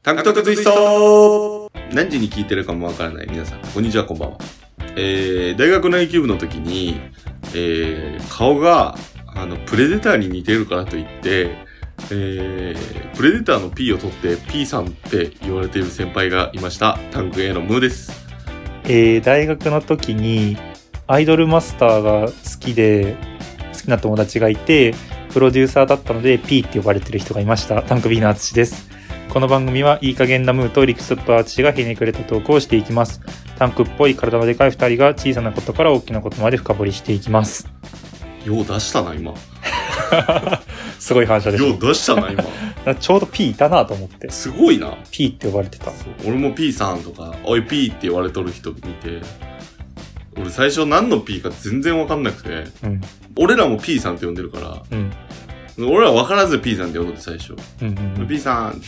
タンクトークツイスト。何時に聞いてるかもわからない皆さん、こんにちは、こんばんは。大学の野球部の時に、顔がプレデターに似てるからといって、プレデターの P を取って P さんって言われている先輩がいました。タンク A のムーです。 大学の時にアイドルマスターが好きな友達がいて、プロデューサーだったので P って呼ばれてる人がいました。タンク B のあつしです。この番組はいい加減なムーとリクスとあつしがひねくれたトークをしていきます。タンクっぽい体のでかい2人が小さなことから大きなことまで深掘りしていきます。 よう出したな今。 すごい反射でしょ。 よう出したな今。 ちょうど P いたなと思って。 すごいな。 P って呼ばれてた。 俺も P さんとか、おい P って言われとる人見て、俺最初何の P か全然わかんなくて、俺らも P さんって呼んでるから、俺ら分からず P さんって呼んでて最初、P さんって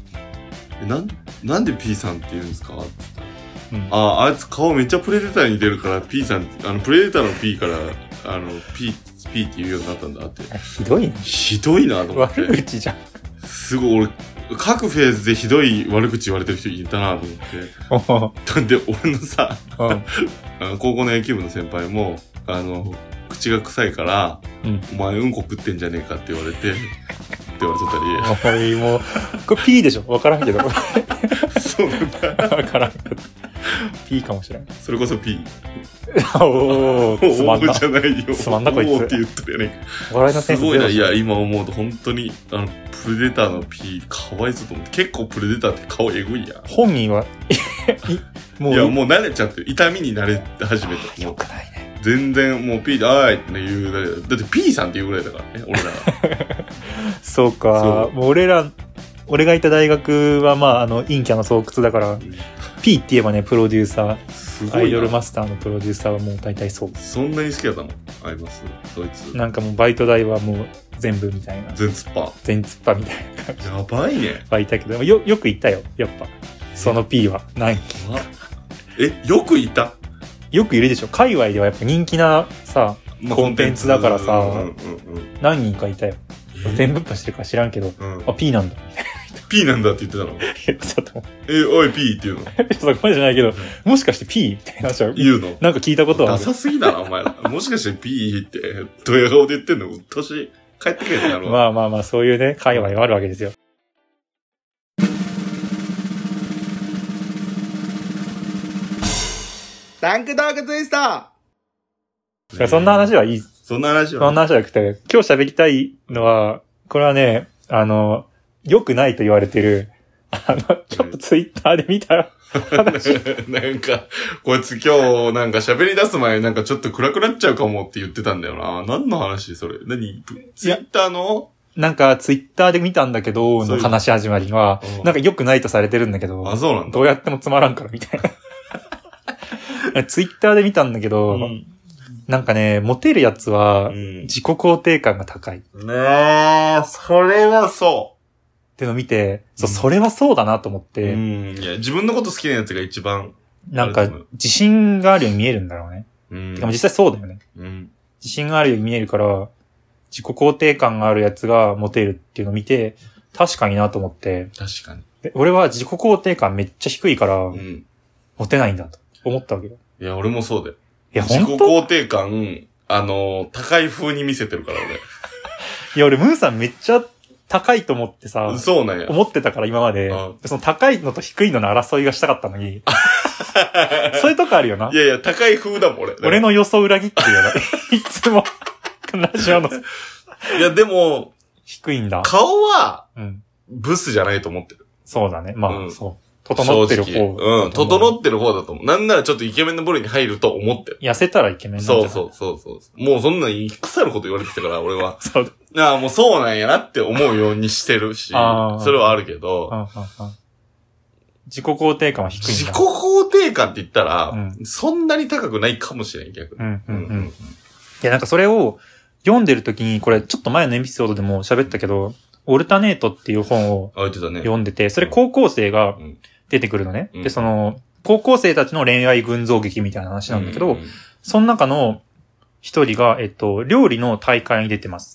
なんで P さんって言うんですかって言ったら、あいつ顔めっちゃプレデターに似てるから P さんプレデターの P からP って言うようになったんだって。 ひどいね。 ひどいなと思って。 悪口じゃん。 すごい俺各フェーズでひどい悪口言われてる人いたなと思って。で俺のさ、高校の野球部の先輩も口が臭いから、お前うんこ食ってんじゃねえかって言われてって言われとったり。 もうこれ P でしょ。わからんけど。 そうなんだ。 わからんけど P かもしれん。 それこそ P。 おーつまんな。 じゃないよ。 つまんなこいつ。 おーって言ったよね。 笑いのセンスすごいな。いや今思うと本当にプレデターの P かわいそうと思って。結構プレデターって顔えぐいや。 本人はもう慣れちゃって痛みに慣れ始めて。 よくないね。 全然もう P であーいって言うだって P さんって言うぐらいだからね俺ら。 そうか。もう俺がいた大学は陰キャの巣窟だから、P って言えばねプロデューサー、アイドルマスターのプロデューサーはもう大体そう。 そんなに好きだったの？ありますそいつ。 なんかもうバイト代はもう全部みたいな。 全突破みたいな感じ。 やばいね。 はいたけどよくいたよやっぱその P はない。 よくいた。よくいるでしょ。界隈ではやっぱ人気なさ、コンテンツだからさ、何人かいたよ。全部っぱしてるか知らんけど、P なんだみたいな。 P なんだって言ってたの？ 言ってたと思う。おい P って言うの？ そこまでじゃないけど、もしかして P みたいな話は言うの？ なんか聞いたことはある。 ダサすぎだなお前ら。もしかして P ってドヤ顔で言ってんの？年帰ってくれってなるわ。 まあそういうね界隈があるわけですよ。 タンクトークツイスト。 そんな話はいい。 そんな話はなくて、今日喋りたいのは、これはね、良くないと言われてる、ちょっとツイッターで見た話。 なんか、こいつ今日なんか喋り出す前なんかちょっと暗くなっちゃうかもって言ってたんだよな。何の話それ？ツイッターの？ なんかツイッターで見たんだけど、の話始まりは、なんか良くないとされてるんだけど、 そうなんだ。 どうやってもつまらんからみたいな。ツイッターで見たんだけど、なんかね、モテるやつは、自己肯定感が高い。 ねえ、それはそう。 ってのを見て、それはそうだなと思って。 いや、自分のこと好きなやつが一番。 なんか、自信があるように見えるんだろうね。てか実際そうだよね。自信があるように見えるから、自己肯定感があるやつがモテるっていうのを見て、確かになと思って。 確かに。 俺は自己肯定感めっちゃ低いから、モテないんだと思ったわけよ。 いや、俺もそうだよ。 いや、 自己肯定感、高い風に見せてるから、俺。 いや、俺、ムーさんめっちゃ高いと思ってさ、 そうなんや。 思ってたから今まで、その高いのと低いのの争いがしたかったのに、そういうとこあるよな。 いやいや、高い風だもん、俺。 俺の予想裏切ってるよな。いつも、ラジオの。 いや、でも、 低いんだ。 顔は、ブスじゃないと思ってる。 そうだね。まあ、そう。整ってる方。 整ってる方だと思う。なんならちょっとイケメンの部類に入ると思ってる。 痩せたらイケメンなんじゃない？ そう。もうそんなに腐ること言われてきたから、俺は。 そうだ。もうそうなんやなって思うようにしてるし、それはあるけど、 自己肯定感は低いんだ。 自己肯定感って言ったら、そんなに高くないかもしれん、逆に。 いや、なんかそれを読んでる時に、これちょっと前のエピソードでも喋ったけど、オルタネートっていう本を読んでて、それ高校生が出てくるのね。で、高校生たちの恋愛群像劇みたいな話なんだけど、その中の一人が、料理の大会に出てます。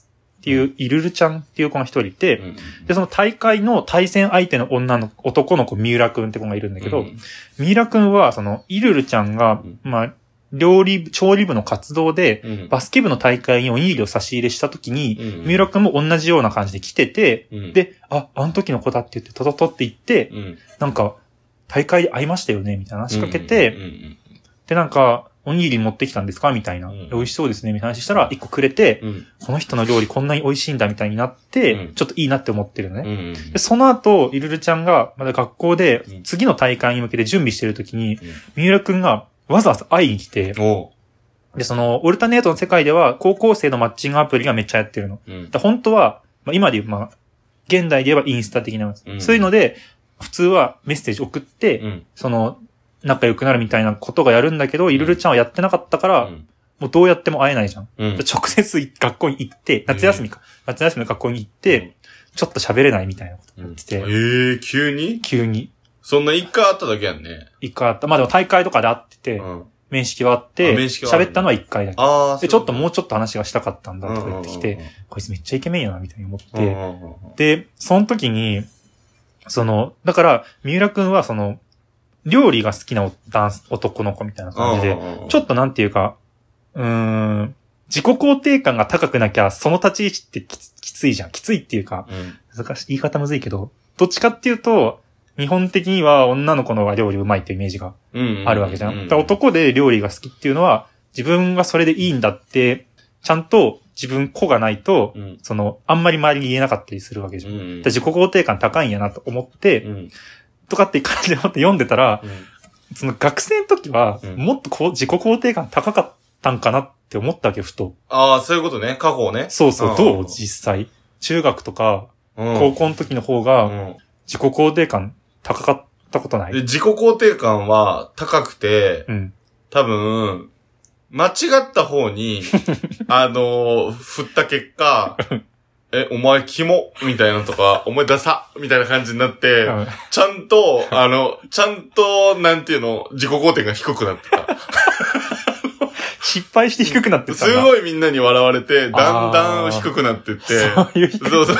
っていうイルルちゃんっていう子が一人いて、 うんで、その大会の対戦相手の男の子、三浦くんって子がいるんだけど、 うん三浦くんは、その、イルルちゃんが、まあ、調理部の活動で、 うんバスケ部の大会におにぎりを差し入れした時に、 うん三浦くんも同じような感じで来てて、 うんで、あの時の子だって言って、トトトって言って、 うんなんか、大会で会いましたよねみたいな話しかけて、 うんで、なんか、おにぎり持ってきたんですかみたいな、 うん美味しそうですねみたいな話したら、一個くれて、 うんこの人の料理こんなに美味しいんだみたいになって、 うんちょっといいなって思ってるのね。 うんで、その後、イルルちゃんが、まだ学校でうん、 次の大会に向けて準備してる時に、 うん三浦くんがわざわざ会いに来て、 おうで、その、オルタネートの世界では、高校生のマッチングアプリがめっちゃやってるの。 うんで本当は、まあ、今で言う、まあ、現代で言えばインスタ的なやつ、 うんそういうので、普通はメッセージ送って、 うんその、仲良くなるみたいなことがやるんだけど、イルルちゃんはやってなかったから、 うんもうどうやっても会えないじゃん。 うん直接学校に行って、夏休みの学校に行って、ちょっと喋れないみたいなことになってて、 急に急にそんな一回会っただけやんね。 一回あった。まあでも大会とかで会ってて、 うん。 面識はあって、 あ面識はある喋ったのは一回だけ。 ああ、 で、ちょっともうちょっと話がしたかったんだとか言ってきて、 うんうんうんこいつめっちゃイケメンやな、みたいに思って、 うんうんうんで、その時に、その、だから、三浦くんはその、料理が好きな男の子みたいな感じで、ちょっとなんていうか、自己肯定感が高くなきゃ、その立ち位置ってきついじゃん。きついっていうか、 うん難しい、言い方むずいけど、どっちかっていうと、日本的には女の子の方が料理うまいっていうイメージがうんあるわけじゃん。 うだから男で料理が好きっていうのは、自分がそれでいいんだって、ちゃんと自分子がないと、 うんその、あんまり周りに言えなかったりするわけじゃん。 うんだから自己肯定感高いんやなと思って、 うんとかって感じで思って読んでたら、その学生の時は、 うんもっと自己肯定感高かったんかなって思ったわけよ、ふと。 ああ、そういうことね。過去をね。 そうそう、 うんどう実際。中学とか、 うん高校の時の方うが、 ん自己肯定感高かったことない。 で自己肯定感は高くて、 うん。 多分、間違った方に、振った結果、お前キモみたいなとか、お前ダサみたいな感じになって、 うんちゃんと、なんていうの、自己肯定が低くなってた。 失敗して低くなってったんだ。 すごいみんなに笑われて、だんだん低くなってって。 そういう人。 そうそう。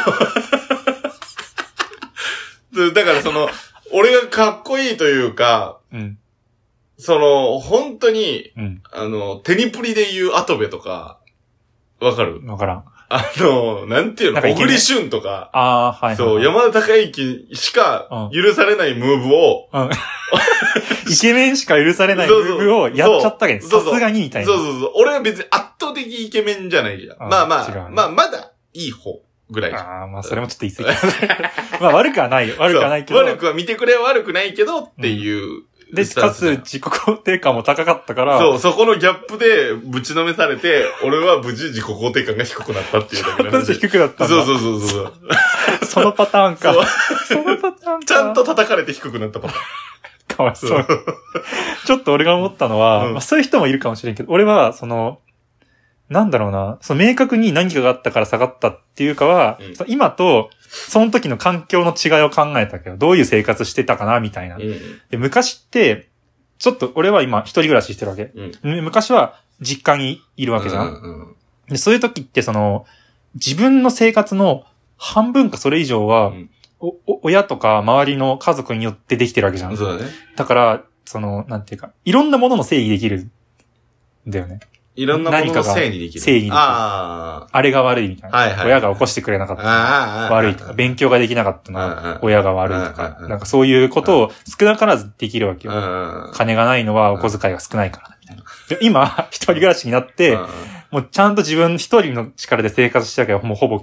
だからその、俺がかっこいいというか、 うん。 本当に、 うん。 テニプリで言うアトベとか、わかるわからん。 なんていうの、 なんかイケメン小栗旬とか、 ああー、はいはい。 そう、山田孝之しか許されないムーブを、 うん。イケメンしか許されないムーブをやっちゃったけど、さすがにみたいな。 そうそうそう。俺は別に圧倒的イケメンじゃないじゃん。 あまあまあ、 違うねまあまだいい方ぐらいじゃん。 ああ、まあそれもちょっと言い過ぎ。まあ悪くはないよ。悪くはないけど。 そう悪くは見てくれは悪くないけどっていう。 で、かつ自己肯定感も高かったから。 そう、そこのギャップでぶちのめされて、俺は無事自己肯定感が低くなったっていうだけなんで。 低くなったんだ。 そうそうそうそう。 そのパターンか。 そうそのパターンか。 ちゃんと叩かれて低くなったパターン。 かわいそう。ちょっと俺が思ったのは、まあ、そういう人もいるかもしれんけど、俺は、なんだろうな、明確に何かがあったから下がったっていうかは、今と、その時の環境の違いを考えたけど、どういう生活してたかな、みたいな。で昔って、ちょっと俺は今一人暮らししてるわけ。昔は実家にいるわけじゃん。でそういう時って自分の生活の半分かそれ以上は、親とか周りの家族によってできてるわけじゃん。 そうだね。 だから、なんていうか、いろんなものの正義できるんだよね。 いろんなものの正義できる。 正義できる。 あれが悪いみたいな。 はいはい。 親が起こしてくれなかったの悪いとか、勉強ができなかったのは親が悪いとか、なんかそういうことを少なからずできるわけよ。金がないのはお小遣いが少ないからみたいな。で今、一人暮らしになって、もうちゃんと自分一人の力で生活してるけど、もうほぼ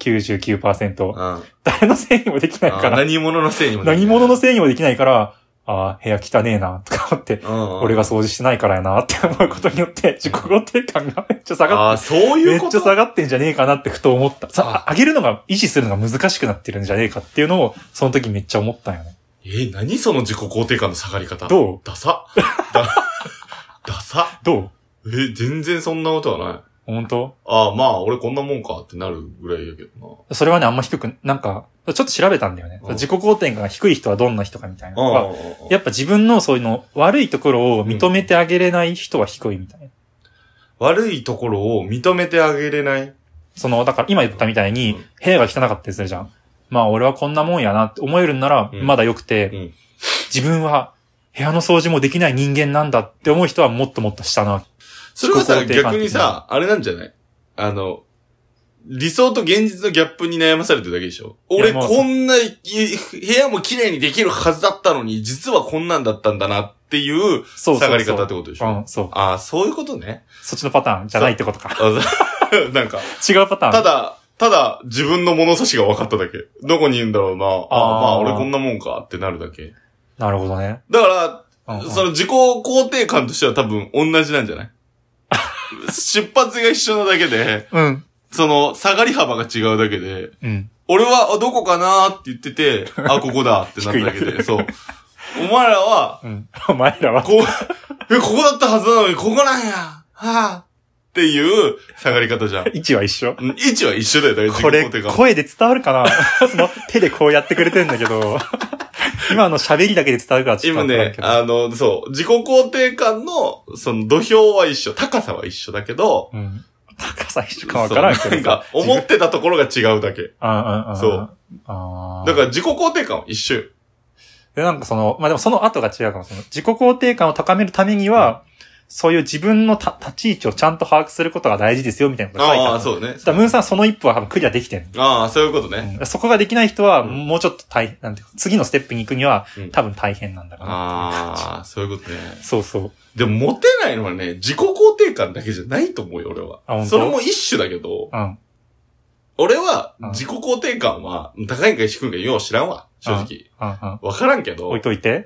99%。誰のせいにもできないから。 何者のせいにもできない。何者のせいにもできないから、ああ、部屋汚ねえな、とか思って、俺が掃除してないからやな、って思うことによって、自己肯定感がめっちゃ下がって、 ああ、そういうことめっちゃ下がってんじゃねえかなってふと思った。上げるのが、維持するのが難しくなってるんじゃねえかっていうのを、その時めっちゃ思ったんよね。 何その自己肯定感の下がり方。 どうダサ。ダサ。 どう全然そんなことはない。 本当？ ああ、まあ、俺こんなもんかってなるぐらいやけどな。それはね、あんま低く、なんか、ちょっと調べたんだよね。自己肯定感が低い人はどんな人かみたいなのは。やっぱ自分のそういうの、悪いところを認めてあげれない人は低いみたいな。 悪いところを認めてあげれないだから今言ったみたいに、部屋が汚かったりするじゃん。まあ俺はこんなもんやなって思えるんなら、まだ良くて、自分は部屋の掃除もできない人間なんだって思う人はもっともっと下な。 それはさ、逆にさ、あれなんじゃない理想と現実のギャップに悩まされてるだけでしょ。俺こんな部屋も綺麗にできるはずだったのに、実はこんなんだったんだなっていう下がり方ってことでしょ。そう。ああ、そういうことね。 そっちのパターンじゃないってことか。 なんか。 違うパターン。 ただ、自分の物差しが分かっただけ。どこにいるんだろうな。まあ、俺こんなもんかってなるだけ。 なるほどね。 だから、その自己肯定感としては多分同じなんじゃない出発が一緒なだけで、その、下がり幅が違うだけで、俺は、どこかなーって言ってて、ここだってなっただけで、そう。お前らは、 ここだったはずなのに、ここなんやはぁっていう下がり方じゃん。 位置は一緒。 位置は一緒だよ、だからこれ、声で伝わるかなその手でこうやってくれてんだけど、今の喋りだけで伝わるからちょっと今ね、そう、自己肯定感の、その土俵は一緒、高さは一緒だけど、 高さ一緒かわからんけど。 なんか、思ってたところが違うだけ。そう。だから自己肯定感は一緒よ。 で、なんかまあ、でもその後が違うかもしれない。自己肯定感を高めるためには、そういう自分の立ち位置をちゃんと把握することが大事ですよ、みたいなことが書いてある。 そうね。 だムーンさんその一歩は多分クリアできてる。 そういうことね。 そこができない人は、もうちょっとなんていうか、次のステップに行くには、多分大変なんだろうな。 そういうことね。 そうそう。 でも、モテないのはね、自己肯定感だけじゃないと思うよ、俺は。それも一種だけど、俺は、自己肯定感は、高いんか低いんかよう知らんわ、正直。わからんけど、 置いといて、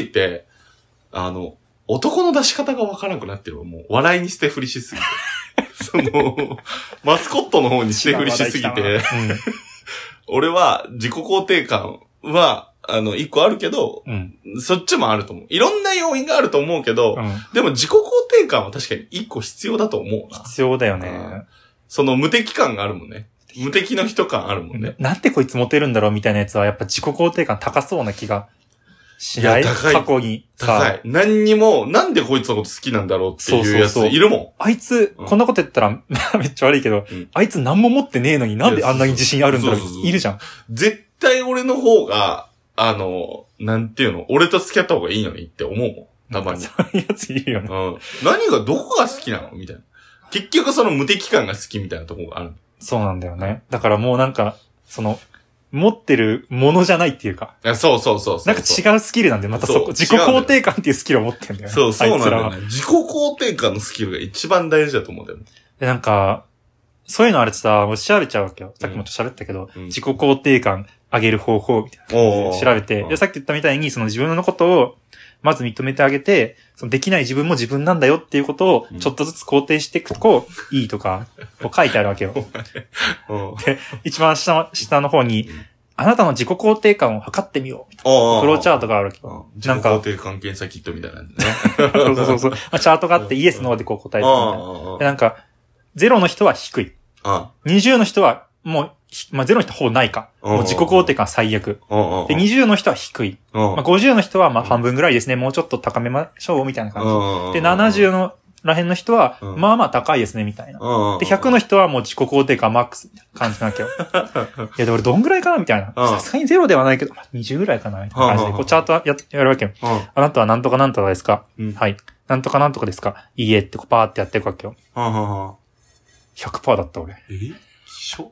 男の出し方がわからんくなってるわ、もう、笑いに捨て振りしすぎて。マスコットの方に捨て振りしすぎて、俺は、自己肯定感は、一個あるけど、そっちもあると思う。いろんな要因があると思うけど、でも自己肯定感は確かに一個必要だと思うな。 必要だよね。 その無敵感があるもんね。無敵の人感あるもんね。 なんでこいつモテるんだろうみたいなやつはやっぱ自己肯定感高そうな気がしない。過去に。 高い。なんでこいつのこと好きなんだろうっていうやついるもん。 あいつ、こんなこと言ったらめっちゃ悪いけど、あいつ何も持ってねえのになんであんなに自信あるんだろういるじゃん。 絶対俺の方が、なんていうの、俺と付き合った方がいいのにって思うもん。たまに。 そういうやついるよね。 どこが好きなのみたいな。結局その無敵感が好きみたいなところがある。 そうなんだよね。だからもうなんか、持ってるものじゃないっていうか。 そう。 なんか違うスキルなんで、また自己肯定感っていうスキルを持ってんだよね。 そうなんだよね。自己肯定感のスキルが一番大事だと思うんだよね。 で、なんか、そういうのあれってさ、もう調べちゃうわけよ。さっきも喋ったけど、自己肯定感上げる方法みたいな。調べて。で、さっき言ったみたいに、自分のことを、まず認めてあげて、できない自分も自分なんだよっていうことを、ちょっとずつ肯定していくと、いいとか、書いてあるわけよ。で、一番下の方に、あなたの自己肯定感を測ってみよう。フローチャートがあるわけよ。 自己肯定感検査キットみたいなんでね。 そう。チャートがあって、イエス、ノーでこう答えてる。で、なんか、0の人は低い。20の人は、もう、0の人ほぼないか。もう自己肯定感最悪。で、20の人は低い。50の人はまあ半分ぐらいですね。もうちょっと高めましょう、みたいな感じ。で、70のらへんの人は、まあまあ高いですね、みたいな。で、100の人はもう自己肯定感マックスみたいな感じなわけよ。いや、で、俺どんぐらいかなみたいな。さすがに0ではないけど、20ぐらいかなみたいな感じで、こうチャートやるわけよ。あなたはなんとかなんとかですかはい。なんとかなんとかですかいいえってこうパーってやっていくわけよ。100% だった、俺。 希少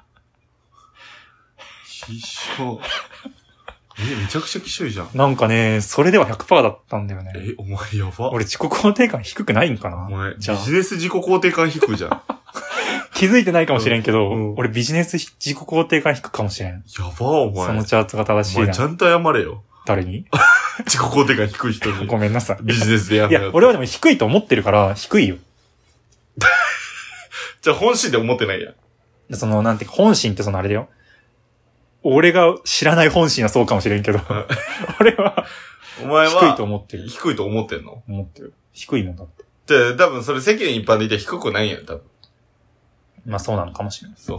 めちゃくちゃきしょいじゃん。 なんかね、それでは 100% だったんだよね。 お前やば。 俺自己肯定感低くないんかなお前、ビジネス自己肯定感低いじゃん。 気づいてないかもしれんけど、俺ビジネス自己肯定感低くかもしれん。 やば、お前。 そのチャートが正しいな。 お前ちゃんと謝れよ。 誰に自己肯定感低い人に。 ごめんなさい。 ビジネスでやんなよ。 いや、俺はでも低いと思ってるから、低いよ。 じゃあ本心で思ってないや。 なんていうか、本心ってあれだよ。俺が知らない本心はそうかもしれんけど、俺は、 お前は、 低いと思ってる。 低いと思ってんの？ 思ってる。低いもんだって。 じゃあ、多分それ世間一般で言ったら低くないんやん、多分。 まあそうなのかもしれない。 そう。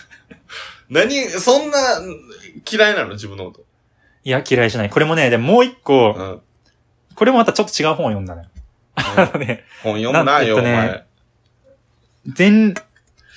そんな嫌いなの自分のこと。 いや、嫌いじゃない。これもね、でももう一個、これもまたちょっと違う本を読んだね。 本読むなよ、お前。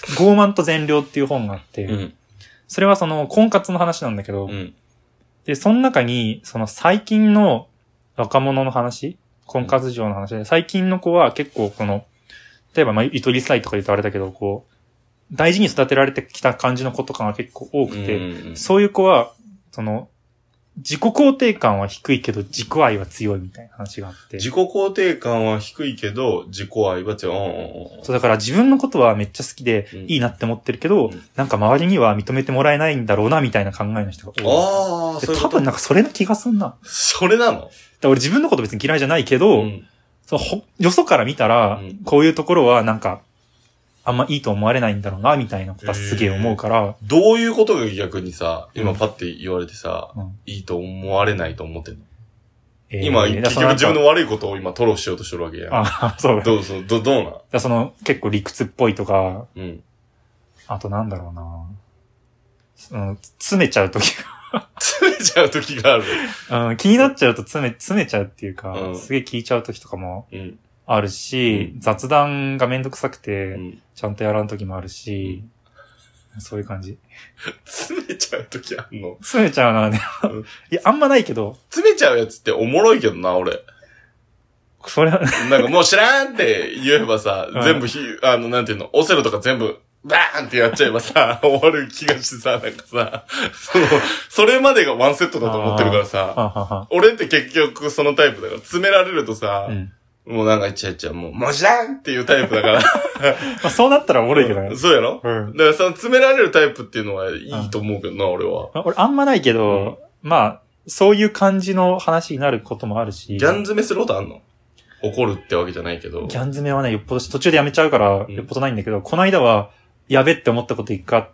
傲慢と善良っていう本があって、 うん。 それはその婚活の話なんだけど、 うん。 で、その中に、その最近の若者の話、婚活上の話で、最近の子は結構この、例えばゆとり世代とか言うとあれだけど、こう、大事に育てられてきた感じの子とかが結構多くて、そういう子は、その、自己肯定感は低いけど自己愛は強いみたいな話があって。 自己肯定感は低いけど、自己愛は強い。 そう、だから自分のことはめっちゃ好きで、いいなって思ってるけど、なんか周りには認めてもらえないんだろうな、みたいな考えの人が多い。 ああ、そういうこと。 多分なんかそれな気がすんな。 それなの？ だから俺自分のこと別に嫌いじゃないけど、よそから見たら、こういうところはなんか、あんまいいと思われないんだろうな、みたいなことはすげえ思うから。 どういうことが逆にさ、今パッて言われてさ、いいと思われないと思ってんの？今、結局自分の悪いことを今吐露しようとしてるわけやん。 あ、そう。 どうなん？ その、結構理屈っぽいとか、あとなんだろうな、詰めちゃうときが。 詰めちゃうときがある。 気になっちゃうと詰めちゃうっていうか、すげえ聞いちゃうときとかも、あるし、雑談がめんどくさくて、ちゃんとやらん時もあるし、そういう感じ。 詰めちゃう時あんの？ 詰めちゃうな、ね。いや、あんまないけど。 詰めちゃうやつっておもろいけどな、俺。 それは、 なんかもう知らんって言えばさ、全部なんていうの、オセロとか全部、バーンってやっちゃえばさ、終わる気がしてさ、なんかさ、それまでがワンセットだと思ってるからさ、俺って結局そのタイプだから、詰められるとさ、もうなんかいっちゃもう知らんっていうタイプだから。まあそうなったらおもろいけどね。 そうやろ？だからその詰められるタイプっていうのはいいと思うけどな、俺は。 俺あんまないけど、まあ、そういう感じの話になることもあるし。 ギャン詰めすることあんの？怒るってわけじゃないけど。 ギャン詰めはね、よっぽど途中でやめちゃうから、よっぽどないんだけど、この間は、やべって思ったこと一回あって、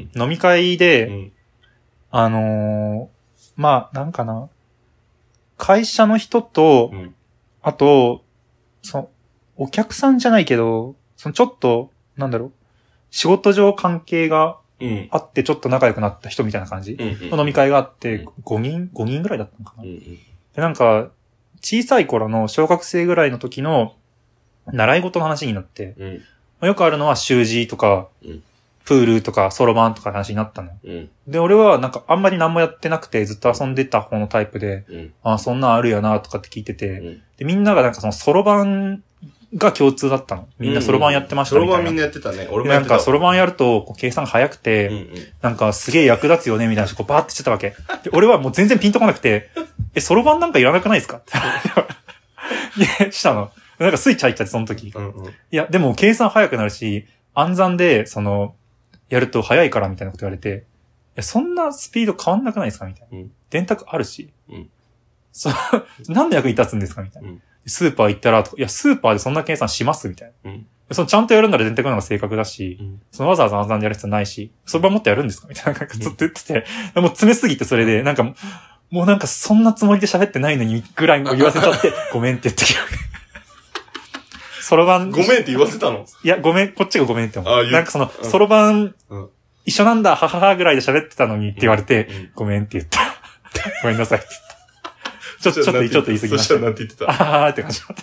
飲み会で、まあ、なんかな、会社の人と、あと、お客さんじゃないけど、ちょっと、なんだろう、仕事上関係があって、ちょっと仲良くなった人みたいな感じの飲み会があって、5人ぐらいだったのかな。で、なんか、小さい頃の小学生ぐらいの時の習い事の話になって、よくあるのは習字とか、プールとかソロバンとかの話になったの。で、俺はなんかあんまり何もやってなくてずっと遊んでた方のタイプで、そんなんあるよなとかって聞いてて、で、みんながなんかそのソロバンが共通だったの。みんなソロバンやってましたみたいな。 ソロバンみんなやってたね。俺もやってた。 なんかソロバンやると計算早くて、なんかすげえ役立つよねみたいなこうバーってしてたわけ。で、俺はもう全然ピンとこなくて、ソロバンなんかいらなくないですかってしたの。なんかスイッチ入っちゃってその時。いや、でも計算早くなるし、暗算で、やると早いからみたいなこと言われて、いや、そんなスピード変わんなくないですかみたいな。電卓あるし。何の役に立つんですかみたいな。スーパー行ったら、いや、スーパーでそんな計算しますみたいな。ちゃんとやるなら電卓の方が正確だし、わざわざ暗算でやる必要ないし、それはもっとやるんですかみたいな、なんかずっと言ってて、もう詰めすぎてそれで、なんか、もうなんかそんなつもりで喋ってないのにぐらいも言わせちゃって、ごめんって言ってきた。ソロバン。 ごめんって言わせたの？ いや、ごめん、こっちがごめんって思う。なんかソロバン、一緒なんだ、はははぐらいで喋ってたのにって言われて、ごめんって言った。ごめんなさいって言った。ちょっと言い過ぎました。 そしたらなんて言ってた？ あははって感じだった。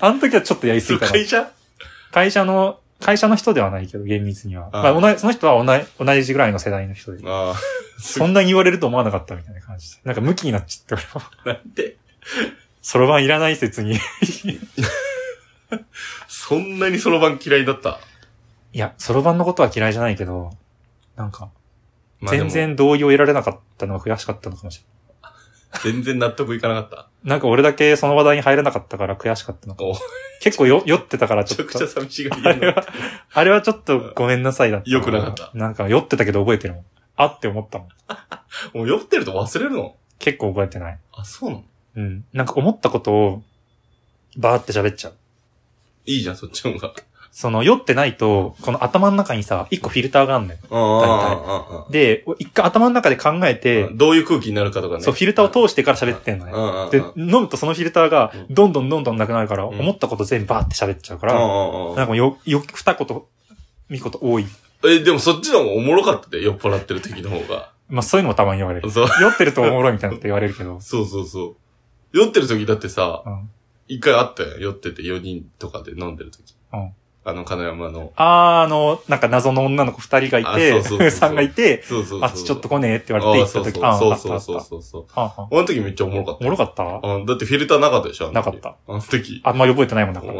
あの時はちょっとやりすぎた。会社の人ではないけど、厳密には。まあ、その人は同じぐらいの世代の人で。そんなに言われると思わなかったみたいな感じで。なんかムキになっちゃって、 俺は。なんで？ ソロバンいらない説に。 そんなにソロバン嫌いだった？ いや、ソロバンのことは嫌いじゃないけど、なんか、全然同意を得られなかったのが悔しかったのかもしれない。 全然納得いかなかった。 なんか俺だけその話題に入れなかったから悔しかったのか。結構酔ってたからちょっと。 めちゃくちゃ寂しがり屋あれはちょっとごめんなさいだった。 よくなかった。 なんか酔ってたけど覚えてるもん。あって思ったもん。 もう酔ってると忘れるの？ 結構覚えてない。 あ、そうなの？ うん。なんか思ったことをバーって喋っちゃう。 いいじゃん、そっちの方が。 酔ってないと、この頭の中にさ、一個フィルターがあるんだよ。で、一回頭の中で考えて、 どういう空気になるかとかね。 そう、フィルターを通してから喋ってんのね。で、飲むとそのフィルターが、どんどんなくなるから、思ったこと全部バーって喋っちゃうから、なんか二言、三言多い。 でもそっちの方がおもろかったで、酔っ払ってる時の方が。 まあそういうのもたまに言われる。酔ってるとおもろいみたいなこと言われるけど。 そう。酔ってる時だってさ、一回あったよ。酔ってて4人とかで飲んでる時。 金山の。 なんか謎の女の子二人がいて、さんがいて、あっちちょっと来ねえって言われて行った時、 そう。あの時めっちゃおもろかった。 おもろかった？ だってフィルターなかったでしょ？ なかった。 あの時。 あんまり覚えてないもんだから。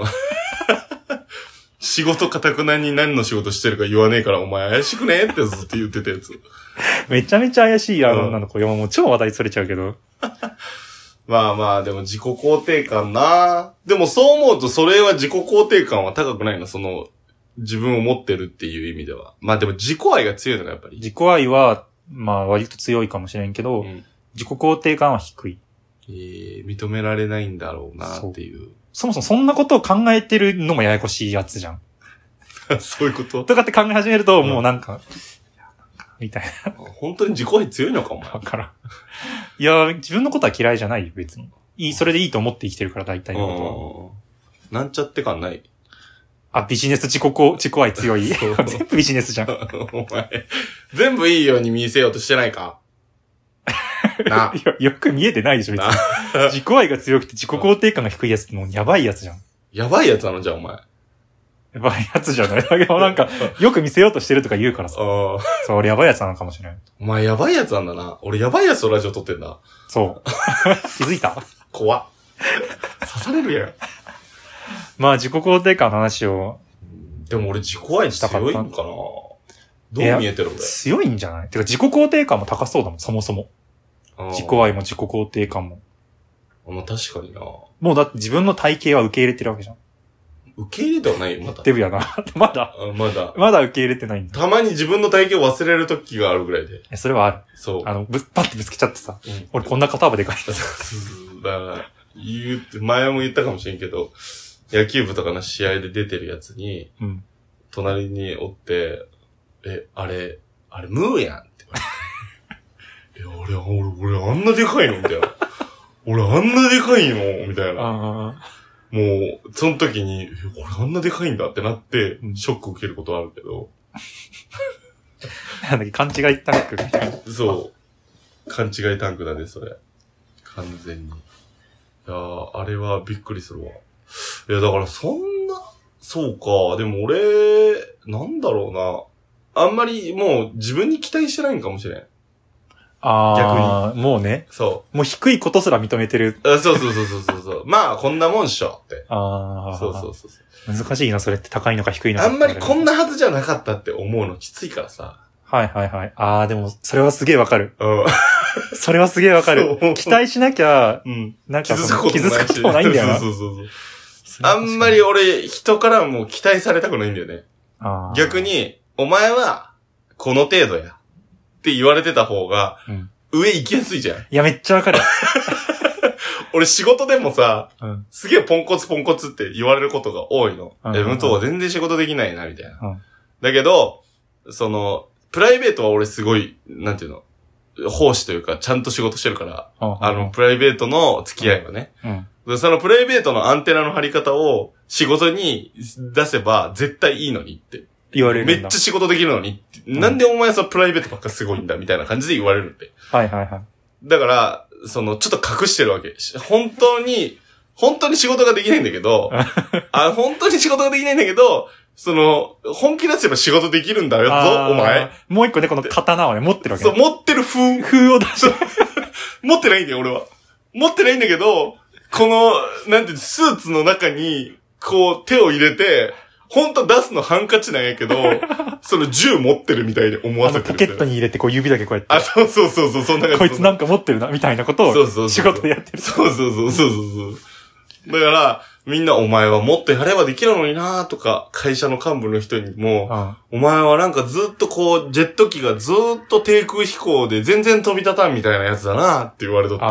仕事かたくなに何の仕事してるか言わねえからお前怪しくねえってずっと言ってたやつ。 めちゃめちゃ怪しい女の子。もう超話題それちゃうけど。 まあまあ、でも自己肯定感な。でもそう思うとそれは自己肯定感は高くないな、自分を持ってるっていう意味では。まあでも自己愛が強いのがやっぱり。 自己愛は、まあ割と強いかもしれんけど、自己肯定感は低い。 認められないんだろうなっていう。 そもそもそんなことを考えてるのもややこしいやつじゃん。 そういうこととかって考え始めると、もうなんか、みたいな。 本当に自己愛強いのかお前。 わからん。いや、自分のことは嫌いじゃないよ、別に。それでいいと思って生きてるから、大体のことは。なんちゃって感ない。 ビジネス自己愛強い。全部ビジネスじゃん。 お前、全部いいように見せようとしてないかな。 よく見えてないでしょ、別に。自己愛が強くて自己肯定感が低いやつってもうやばいやつじゃん。 やばいやつなのじゃあお前。 やばいやつじゃない。だけどなんか、よく見せようとしてるとか言うからさ。そう、俺やばいやつなのかもしれない。 お前やばいやつなんだな。俺やばいやつとラジオ撮ってんだ。 そう。気づいた？ 怖っ。刺されるやん。 まあ自己肯定感の話を。 でも俺自己愛強いんかな。どう見えてる俺。 強いんじゃない？てか自己肯定感も高そうだもん、そもそも。自己愛も自己肯定感も。 まあ確かにな。 もうだって自分の体型は受け入れてるわけじゃん。 受け入れてはないよ、まだ。 デブやな。まだ受け入れてないんだ。 たまに自分の体型を忘れる時があるぐらいで。 それはある。 そう。 パッてぶつけちゃってさ。俺こんな肩幅でかい。 だから、前も言ったかもしれんけど、野球部とかの試合で出てるやつに、隣におって、あれ、ムーやんって言われて。俺あんなでかいのみたいな。俺あんなでかいのみたいな。もう、その時に、俺あんなでかいんだってなって、ショック受けることはあるけど。 なんだっけ、勘違いタンクみたいな。 そう。勘違いタンクだね、それ。完全に。いやー、あれはびっくりするわ。いや、だからそうか。でも俺、なんだろうな。あんまりもう自分に期待してないんかもしれん。 逆に。もうね。 そう。 もう低いことすら認めてる。 そう。まあ、こんなもんっしょって。 そう。難しいな、それって高いのか低いのか。 あんまりこんなはずじゃなかったって思うのきついからさ。 はい。でも、それはすげえわかる。それはすげえわかる。期待しなきゃ、なんか気づくこともないんだよな。 そう。あんまり俺、人からも期待されたくないんだよね。逆に、お前は、この程度や。って言われてた方が、上行きやすいじゃん。 いや、めっちゃわかる。 俺仕事でもさ、すげえポンコツって言われることが多いの。武藤は全然仕事できないな、みたいな。だけど、プライベートは俺すごい、なんていうの、奉仕というか、ちゃんと仕事してるから、プライベートの付き合いはね。そのプライベートのアンテナの張り方を仕事に出せば絶対いいのにって。 言われるんだ。 めっちゃ仕事できるのに、なんでお前プライベートばっかすごいんだみたいな感じで言われるって。だから、ちょっと隠してるわけ。本当に仕事ができないんだけど、本気出せば仕事できるんだよ、お前。 もう一個ね、この刀をね、持ってるわけ。 そう、持ってる風を出して。 持ってないんだよ、俺は。持ってないんだけど、この、なんていう、スーツの中に、こう、手を入れて、本当出すのハンカチなんやけど、銃持ってるみたいで思わせてる。 ポケットに入れて、こう指だけこうやって。 そう、そんな感じ。 こいつなんか持ってるな、みたいなことを、仕事でやってる。 そう。だから、みんなお前はもっとやればできるのになとか、会社の幹部の人にも、お前はなんかずっとこう、ジェット機がずっと低空飛行で全然飛び立たんみたいなやつだなって言われとって。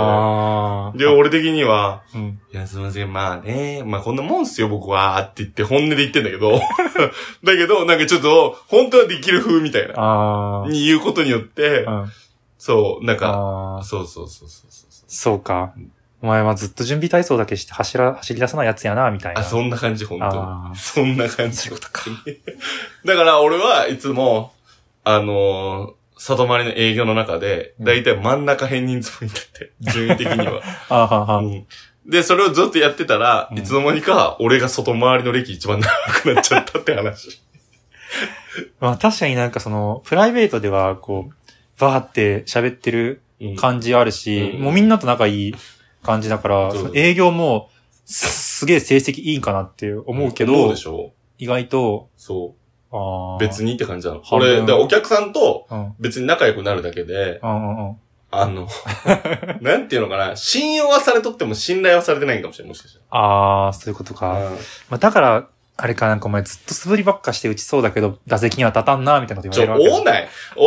で、俺的には、いや、すみません、まあね、まあこんなもんっすよ、僕は、って言って本音で言ってんだけど、だけど、なんかちょっと、本当はできる風みたいな、に言うことによって、そう、なんか、そう。 そうか。お前はずっと準備体操だけして走り出さないやつやな、みたいな。 そんな感じ、本当に。そんな感じ。そういうことか。だから俺はいつも、里回りの営業の中で、だいたい真ん中辺につもりだって、順位的には。 で、それをずっとやってたら、 うんいつの間にか俺が外回りの歴一番長くなっちゃったって話。 まあ確かになんかその、プライベートではこう、バーって喋ってる感じあるし、 うんもうみんなと仲いい感じだから、 そうその営業もすげえ成績いいんかなって思うけど、 思うでしょ？ 意外と、 そう。 あ別にって感じなの。 半分俺、だからお客さんとうん。 別に仲良くなるだけで、 うん。 なんていうのかな、信用はされとっても信頼はされてないんかもしれない、もしかしたああ、そういうことか。 ら。 まあだから、あれかなんかお前ずっと素振りばっかして打ちそうだけど、打席には立たんな、みたいなこと言われるわけだ。 ない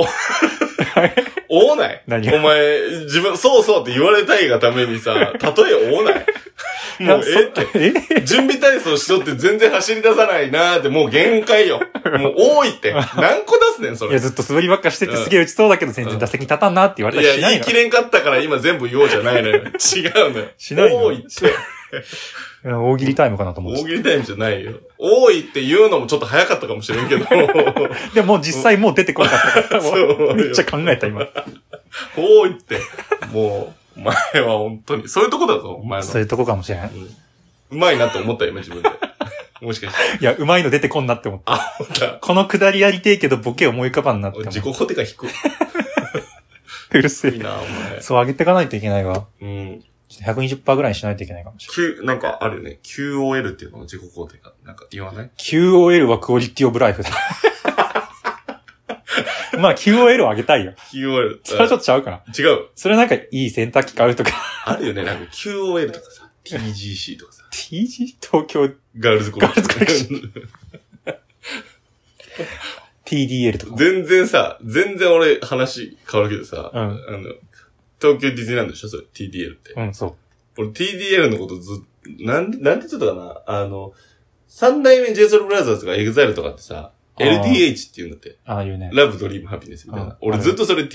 おない何がお前、自分、そうそうって言われたいがためにさ、例えおないもう、って。準備体操しとって全然走り出さないなーってもう限界よ。もう多いって。何個出すねん、それ。 いや、ずっと素振りばっかしててすげえ打ちそうだけど、全然打席に立たんなって言われたいや、 りしないの言い切れんかったから今全部言おうじゃないのよ。違うのよ。 しないの多いって。 いや大喜利タイムかなと思って大喜利タイムじゃないよ。多いって言うのもちょっと早かったかもしれんけど。 でももう実際もう出てこなかったから、 そうめっちゃ考えた今。 多いって。もう、お前は本当に。そういうとこだぞ、お前の。 そういうとこかもしれない。 うまいなって思ったよ、今自分で。もしかして。 いや、うまいの出てこんなって思った。 あ、ほんとこのくだりやりてえけどボケ思い浮かばんなって思自う。 己肯定が低い。 うるせえ。 いいな、お前。 そう上げていかないといけないわ。 うん。 ちょっと 120% ぐらいにしないといけないかもしれない。 なんかあるよね。QOL っていうの自己肯定が。なんか言わない QOL はクオリティオブライフだ。まあ QOL を上げたいよ。 ?QOL。 それはちょっとちゃうかな。 違う。 それなんかいい洗濯機買うとか。 あるよね。なんか QOL とかさ、TGC とかさ、 TG? 東京ガールズコレクション。 ガールズコレク TDL とか。 全然俺話変わるけどさ、 うん東京ディズニーランドでしょそれ、TDL って。 うん、そう。 俺 TDL のことなんて言ってたかな三代目 JSOULBROTHERS とか EXILE とかってさ、LDH って言うんだって。 ああいうね。 ラブドリームハピネスみたいな。 うん俺ずっとそれ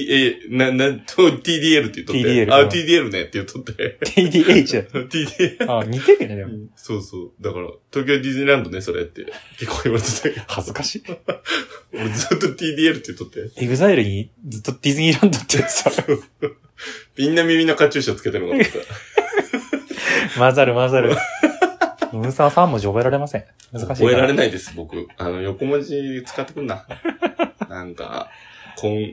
TDL って言っとって。 TDL あ、TDL ねって言っとって。 TDH だ。 TDL。 あ、似てるよね、でも。 そうそう。だから、東京ディズニーランドね、それって。結構言われてたけど。 恥ずかしい。 俺ずっと TDL って言っとって。 EXILE にずっとディズニーランドってさ、 みんな耳のカチューシャつけてるのかと思っ混ざる。ムーサー3文字覚えられません。難しい。 覚えられないです、僕。横文字使ってくんな。なんか、コン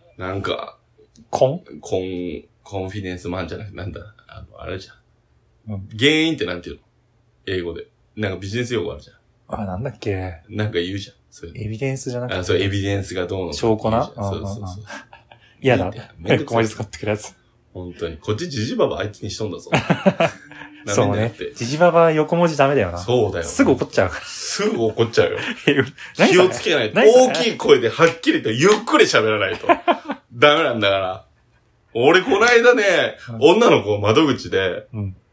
フィデンスマンじゃなくて、なんだ、あれじゃん。 うん原因ってなんていうの英語で。なんかビジネス用語あるじゃん。 あ、なんだっけ。 なんか言うじゃん。そういうエビデンスじゃなくて。 そう、エビデンスがどうの。 証拠なそう。 嫌だ。 めんどくさい小文字使ってくるやつ。 本当に。こっちジジババ相手にしとんだぞ。 そうね。ジジババ横文字ダメだよな。 そうだよ。 すぐ怒っちゃうかすぐ怒っちゃうよ。 ら。 気をつけないと。大きい声ではっきりとゆっくり喋らないと。ダメなんだから。俺この間ね、女の子窓口で、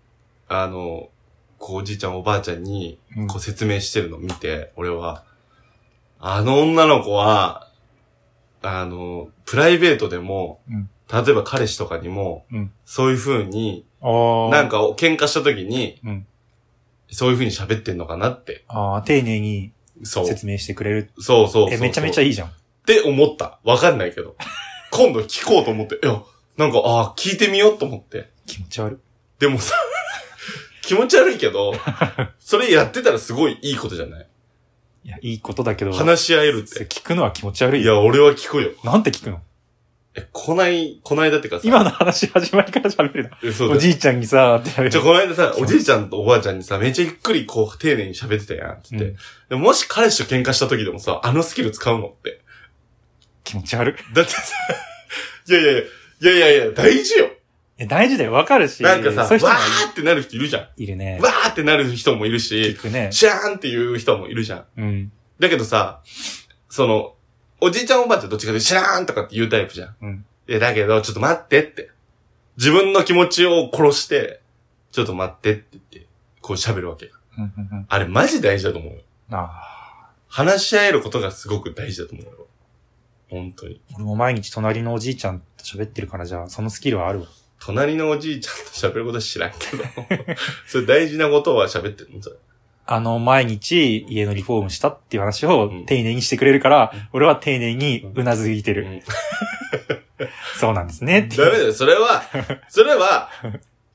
おじいちゃんおばあちゃんに、説明してるのを見て、俺は、女の子は、プライベートでも、例えば彼氏とかにも、そういう風に、なんか喧嘩した時に、そういう風に喋ってんのかなって。 丁寧に説明してくれる。 そう。 めちゃめちゃいいじゃん。 って思った。わかんないけど。今度聞こうと思って。いや、なんか、聞いてみようと思って。 気持ち悪い。 でもさ、気持ち悪いけど、それやってたらすごいいいことじゃない？ いや、いいことだけど。 話し合えるって。 聞くのは気持ち悪い。 いや、俺は聞くよ。 なんて聞くの？ こないだってかさ。 今の話始まりから喋るな。おじいちゃんにさ、ってこの間さ、おじいちゃんとおばあちゃんにさ、めっちゃゆっくり丁寧に喋ってたやん、つって。でもし彼氏と喧嘩した時でもさ、スキル使うのって。 気持ち悪い。 だってさ、いや、大事よ。 大事だよ、わかるし。 なんかさ、わーってなる人いるじゃん。 いるね。 わーってなる人もいるし、 聞くね。 シャーンっていう人もいるじゃん。 だけどさ、おじいちゃんおばあちゃんどっちかでシャーンとかって言うタイプじゃん。いや、だけど、ちょっと待ってって。自分の気持ちを殺して、ちょっと待ってって言って、こう喋るわけ。あれマジ大事だと思うよ。話し合えることがすごく大事だと思うよ。本当に。 俺も毎日隣のおじいちゃんと喋ってるからじゃあ、そのスキルはあるわ。 隣のおじいちゃんと喋ることは知らんけど。それ大事なことは喋ってるのそれ。 毎日家のリフォームしたっていう話を丁寧にしてくれるから、俺は丁寧にうなずいてる。そうなんですね。 ダメだよ。それは、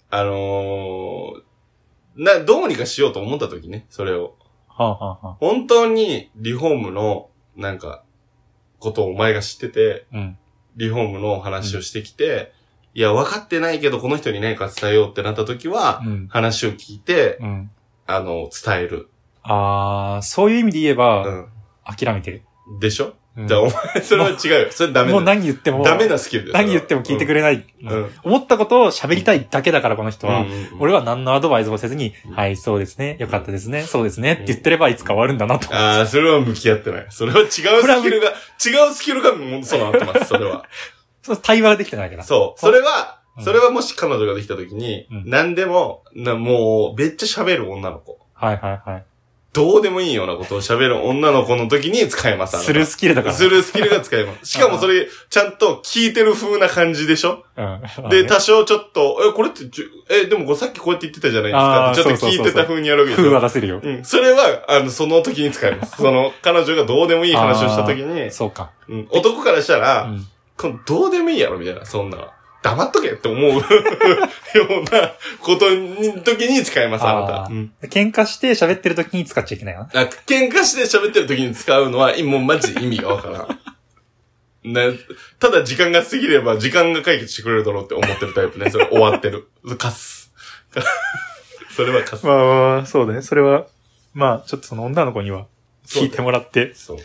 どうにかしようと思った時ね、それを。 はあ、はあはあ、 本当にリフォームの、なんか、ことをお前が知ってて、 うん、 リフォームの話をしてきて、いや、分かってないけど、この人に何か伝えようってなった時は、話を聞いて、伝える。 そういう意味で言えば、諦めてる。 でしょ？じゃあお前、それは違うよ。それダメだ。 もう何言っても。 ダメなスキルです。 何言っても聞いてくれない。思ったことを喋りたいだけだから、この人は。俺は何のアドバイスもせずに、はい、そうですね。よかったですね。そうですね。って言ってればいつか終わるんだなと。 それは向き合ってない。それは違うスキルが、そうなってます、それは。 対話ができてないから。 そう。それはもし彼女ができた時に、何でも、もう、めっちゃ喋る女の子。 はいはいはい。 どうでもいいようなことを喋る女の子の時に使えます。 するスキルだから。 するスキルが使えます。しかもそれ、ちゃんと聞いてる風な感じでしょ？で、多少ちょっと、これって、でもさっきこうやって言ってたじゃないですかってちょっと聞いてた風にやるわけですよ。 風は出せるよ。 それは、その時に使えます。彼女がどうでもいい話をした時に。 そうか。 男からしたら、どうでもいいやろみたいな、そんな。黙っとけって思うようなことに、時に使えます、あなた。 喧嘩して喋ってる時に使っちゃいけないな。 喧嘩して喋ってる時に使うのは、もうマジで意味がわからん。ただ時間が過ぎれば時間が解決してくれるだろうって思ってるタイプね。それ終わってる。カス。それはカス。 まあ、そうだね。それは、まあ、ちょっとその女の子には聞いてもらって。そう。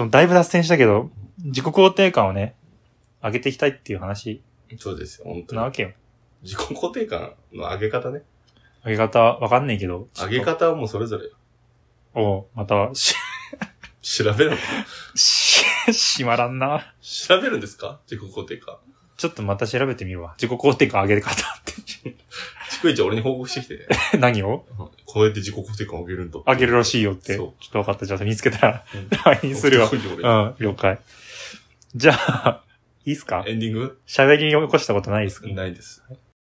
だいぶ脱線したけど、自己肯定感をね、上げていきたいっていう話。 そうですよ、本当に。 なわけよ。 自己肯定感の上げ方ね。 上げ方、わかんないけど。 上げ方はもうそれぞれよ。 また、 調べるの閉まらんな。 調べるんですか？自己肯定感。 ちょっとまた調べてみるわ。自己肯定感上げ方って。 逐一俺に報告してきて。 何を？ こうやって自己肯定感上げるんだ。 上げるらしいよって。ちょっと分かった。じゃあ見つけたら、LINE するわ。了解。じゃあ、いいっすか？ エンディング？ 喋り起こしたことないですか？ ないです。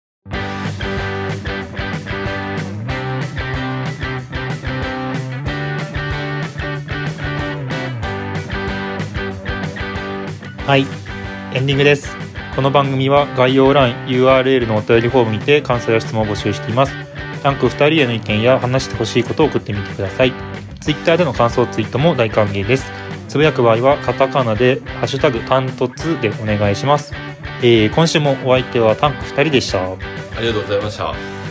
はい。エンディングです。この番組は概要欄 URL のお便りフォームにて感想や質問を募集しています。タンク2人への意見や話してほしいことを送ってみてください。Twitter での感想ツイートも大歓迎です。つぶやく場合はカタカナでハッシュタグタントツでお願いします。今週もお相手はタンク2人でした。 ありがとうございました。